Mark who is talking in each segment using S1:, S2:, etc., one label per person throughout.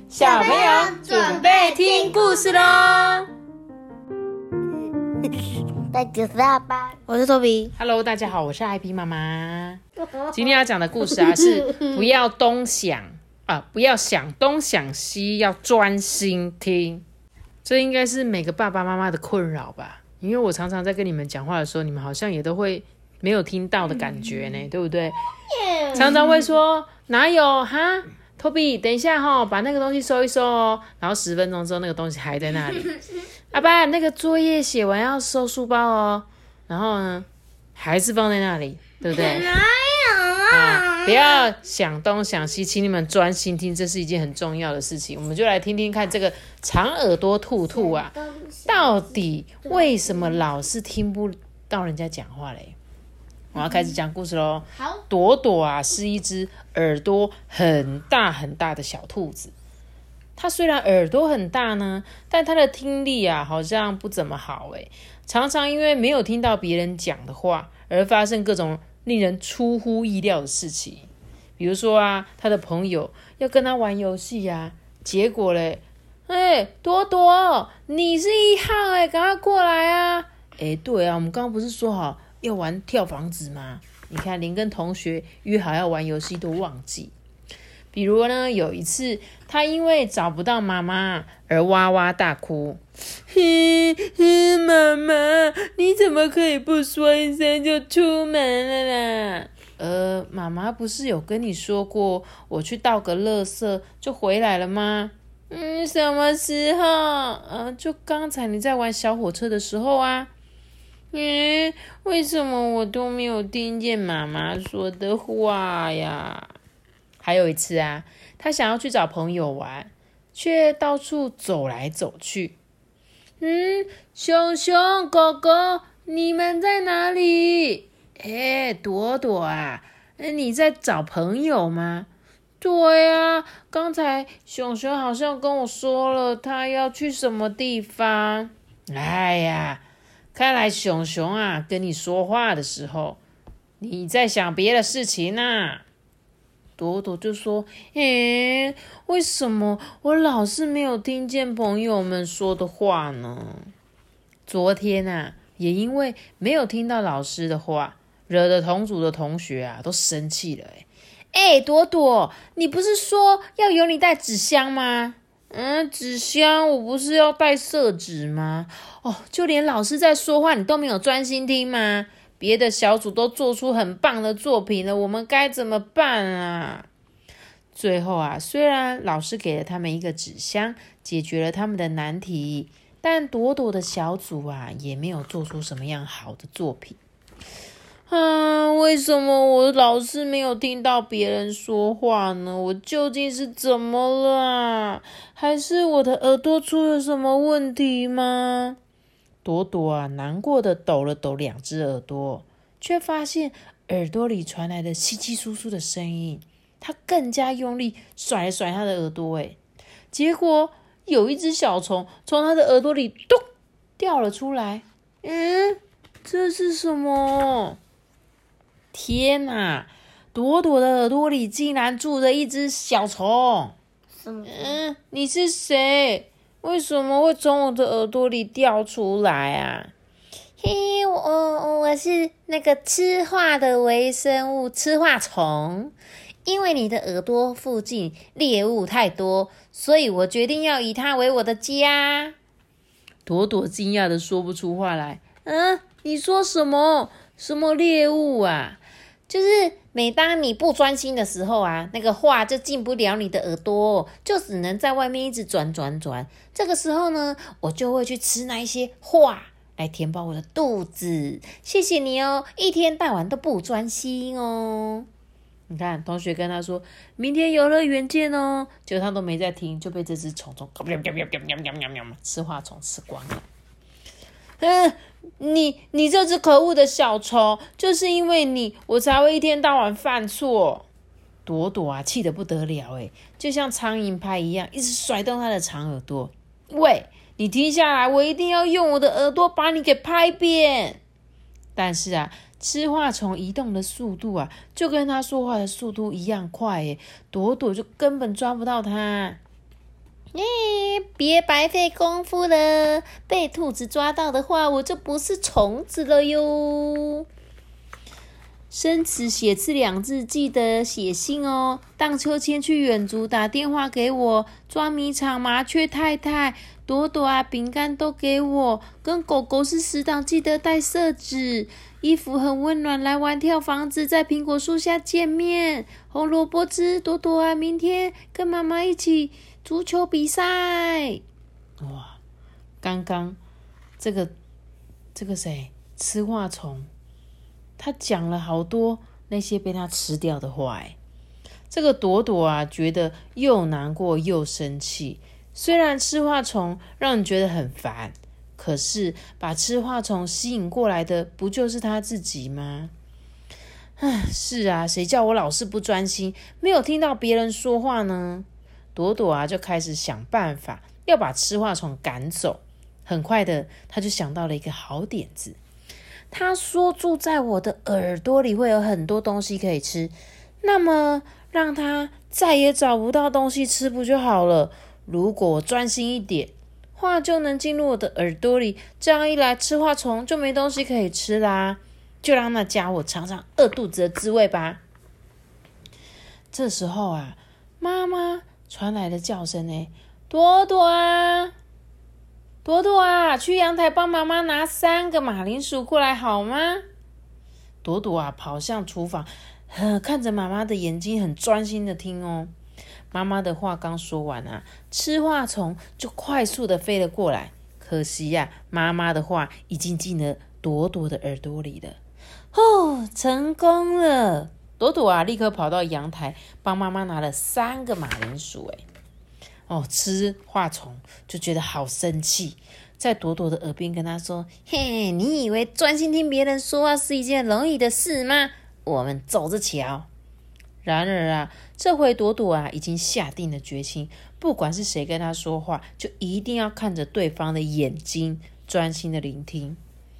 S1: 小朋友准备听故事咯。
S2: 大家好吧，
S3: 我是托比。
S1: Hello， 大家好，我是艾比妈妈。今天要讲的故事是不要想东想西，要专心听。这应该是每个爸爸妈妈的困扰吧？因为我常常在跟你们讲话的时候，你们好像也都会没有听到的感觉呢，对不对？常常会说哪有哈？托比，等一下把那个东西收一收哦。然后10分钟之后，那个东西还在那里。阿爸，那个作业写完要收书包哦。然后呢，还是放在那里，对不对？
S2: 哪有啊？
S1: 不要想东想西，请你们专心听，这是一件很重要的事情。我们就来听听看这个长耳朵兔兔啊，到底为什么老是听不到人家讲话嘞？我要开始讲故事咯。
S2: 好，
S1: 朵朵啊是一只耳朵很大很大的小兔子。它虽然耳朵很大呢，但它的听力啊好像不怎么好诶，常常因为没有听到别人讲的话，而发生各种令人出乎意料的事情。比如说啊，他的朋友要跟他玩游戏啊，结果嘞，朵朵，你是1号赶快过来啊！对啊，我们刚刚不是说好要玩跳房子吗？你看，连跟同学约好要玩游戏都忘记。比如呢，有一次他因为找不到妈妈而哇哇大哭。妈妈，你怎么可以不说一声就出门了啦？妈妈不是有跟你说过，我去倒个垃圾就回来了吗？什么时候？就刚才你在玩小火车的时候啊。为什么我都没有听见妈妈说的话呀？还有一次啊，他想要去找朋友玩，却到处走来走去。熊熊狗狗，你们在哪里？朵朵啊，你在找朋友吗？对啊，刚才熊熊好像跟我说了，他要去什么地方。哎呀，看来熊熊啊跟你说话的时候，你在想别的事情啊。朵朵就说：为什么我老是没有听见朋友们说的话呢？昨天啊，也因为没有听到老师的话，惹得同组的同学啊都生气了。朵朵，你不是说要由你带纸箱吗？纸箱我不是要带色纸吗？就连老师在说话你都没有专心听吗？别的小组都做出很棒的作品了，我们该怎么办啊？最后啊，虽然老师给了他们一个纸箱，解决了他们的难题，但朵朵的小组啊，也没有做出什么样好的作品。为什么我老是没有听到别人说话呢？我究竟是怎么了啊？还是我的耳朵出了什么问题吗？朵朵啊，难过的抖了抖2只耳朵，却发现耳朵里传来的稀稀疏疏的声音。他更加用力甩了甩他的耳朵，结果有一只小虫从他的耳朵里咚掉了出来。这是什么？天哪！朵朵的耳朵里竟然住着一只小虫。
S2: 什么？
S1: 你是谁？为什么会从我的耳朵里掉出来啊？
S2: 我是那个吃化的微生物吃化虫。因为你的耳朵附近猎物太多，所以我决定要以它为我的家。
S1: 朵朵惊讶的说不出话来。你说什么？什么猎物啊？
S2: 就是每当你不专心的时候啊，那个话就进不了你的耳朵，就只能在外面一直转。这个时候呢，我就会去吃那一些话来填饱我的肚子。谢谢你哦，一天到晚都不专心哦。
S1: 你看，同学跟他说明天游乐园见哦，结果他都没在听，就被这只虫吃话虫吃光了。你这只可恶的小虫，就是因为你，我才会一天到晚犯错。朵朵啊，气得不得了，就像苍蝇拍一样，一直甩动他的长耳朵。喂，你停下来，我一定要用我的耳朵把你给拍扁。但是啊，吃话虫移动的速度啊，就跟他说话的速度一样快，朵朵就根本抓不到他。
S2: 别白费功夫了，被兔子抓到的话，我就不是虫子了哟。生词写字两字记得写信哦。荡秋千去远足，打电话给我。捉迷藏麻雀太太，朵朵啊饼干都给我。跟狗狗是死党，记得带色纸。衣服很温暖，来玩跳房子，在苹果树下见面。红萝卜汁，朵朵啊，明天跟妈妈一起足球比赛。
S1: 哇，刚刚这个谁，吃话虫，他讲了好多那些被他吃掉的话。这个朵朵啊，觉得又难过又生气。虽然吃话虫让你觉得很烦，可是把吃话虫吸引过来的不就是他自己吗？是啊，谁叫我老是不专心，没有听到别人说话呢？朵朵啊，就开始想办法要把吃话虫赶走。很快的，他就想到了一个好点子。他说住在我的耳朵里会有很多东西可以吃，那么让他再也找不到东西吃不就好了？如果我专心一点，话就能进入我的耳朵里，这样一来吃话虫就没东西可以吃啦。就让那家伙尝尝饿肚子的滋味吧。这时候啊，妈妈传来的叫声呢，朵朵啊，朵朵啊，去阳台帮妈妈拿3个马铃薯过来好吗？朵朵啊，跑向厨房，看着妈妈的眼睛，很专心的听哦。妈妈的话刚说完啊，吃话虫就快速的飞了过来。可惜呀，妈妈的话已经进了朵朵的耳朵里了。成功了！朵朵啊，立刻跑到阳台，帮妈妈拿了3个马铃薯。吃话虫就觉得好生气，在朵朵的耳边跟她说：“嘿，你以为专心听别人说话是一件容易的事吗？我们走着瞧。”然而啊，这回朵朵啊已经下定了决心，不管是谁跟她说话，就一定要看着对方的眼睛，专心的聆听。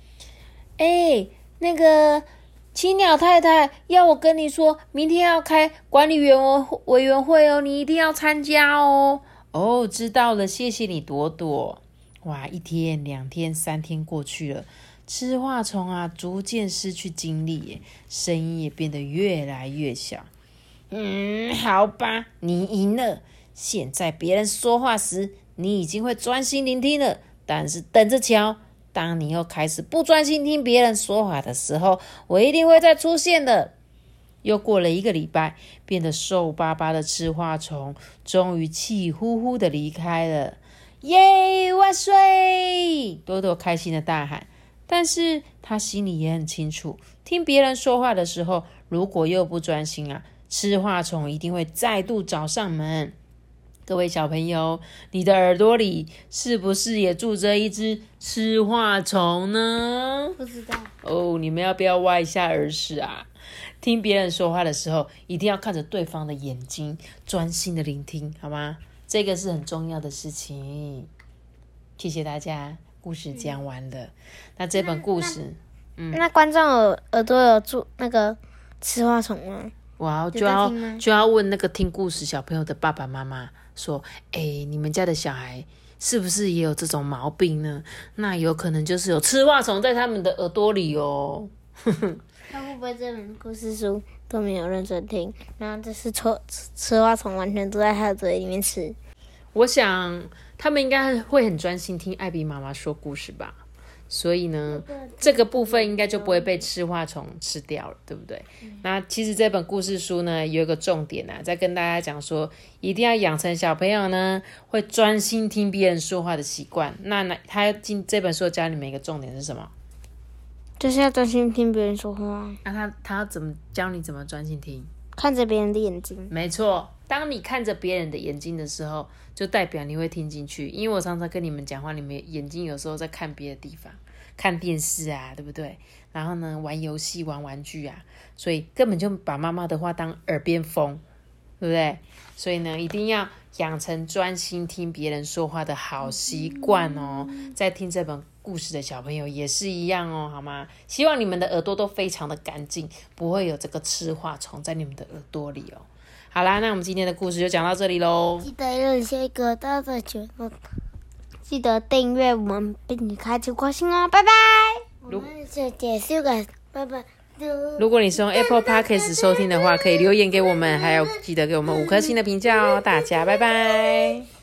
S1: 那个青鸟太太要我跟你说，明天要开管理员委员会哦，你一定要参加哦。知道了，谢谢你，朵朵。哇，1天、2天、3天过去了，吃话虫啊逐渐失去精力耶，声音也变得越来越小。好吧，你赢了。现在别人说话时，你已经会专心聆听了。但是等着瞧，当你又开始不专心听别人说话的时候，我一定会再出现的。又过了1个礼拜，变得瘦巴巴的吃话虫，终于气呼呼的离开了。耶，万岁！朵朵开心的大喊。但是他心里也很清楚，听别人说话的时候，如果又不专心啊，吃话虫一定会再度找上门。各位小朋友，你的耳朵里是不是也住着一只吃话虫呢？
S2: 不知道。
S1: 你们要不要挖一下耳屎啊？听别人说话的时候，一定要看着对方的眼睛，专心的聆听，好吗？这个是很重要的事情。谢谢大家，故事讲完了。那这本故事，
S3: 那观众耳朵有住那个吃话虫吗？
S1: 哇，就要问那个听故事小朋友的爸爸妈妈说，你们家的小孩是不是也有这种毛病呢？那有可能就是有吃话虫在他们的耳朵里哦。
S3: 他会不会这本故事书都没有认真听，然后就是吃话虫完全都在他的嘴里面吃？
S1: 我想他们应该会很专心听艾比妈妈说故事吧，所以呢，这个部分应该就不会被吃话虫吃掉了，对不对？那其实这本故事书呢，有一个重点在跟大家讲说，一定要养成小朋友呢会专心听别人说话的习惯。那他进这本书教你们一个重点是什么？
S3: 就是要专心听别人说话。
S1: 那他要怎么教你怎么专心听？
S3: 看着别人的眼睛。
S1: 没错，当你看着别人的眼睛的时候，就代表你会听进去。因为我常常跟你们讲话，你们眼睛有时候在看别的地方，看电视啊，对不对？然后呢，玩游戏、玩玩具啊，所以根本就把妈妈的话当耳边风，对不对？所以呢，一定要养成专心听别人说话的好习惯哦。在听这本故事的小朋友也是一样哦，好吗？希望你们的耳朵都非常的干净，不会有这个吃话虫在你们的耳朵里哦。 好啦，那我们今天的故事就讲到这里咯。
S3: 记得用下一个大的节目，记得订阅我们并且开启关心哦，拜拜。我们就结束了，拜拜。
S1: 如果你是用 Apple Podcast 收听的话，可以留言给我们，还有记得给我们5颗星的评价哦。大家拜拜。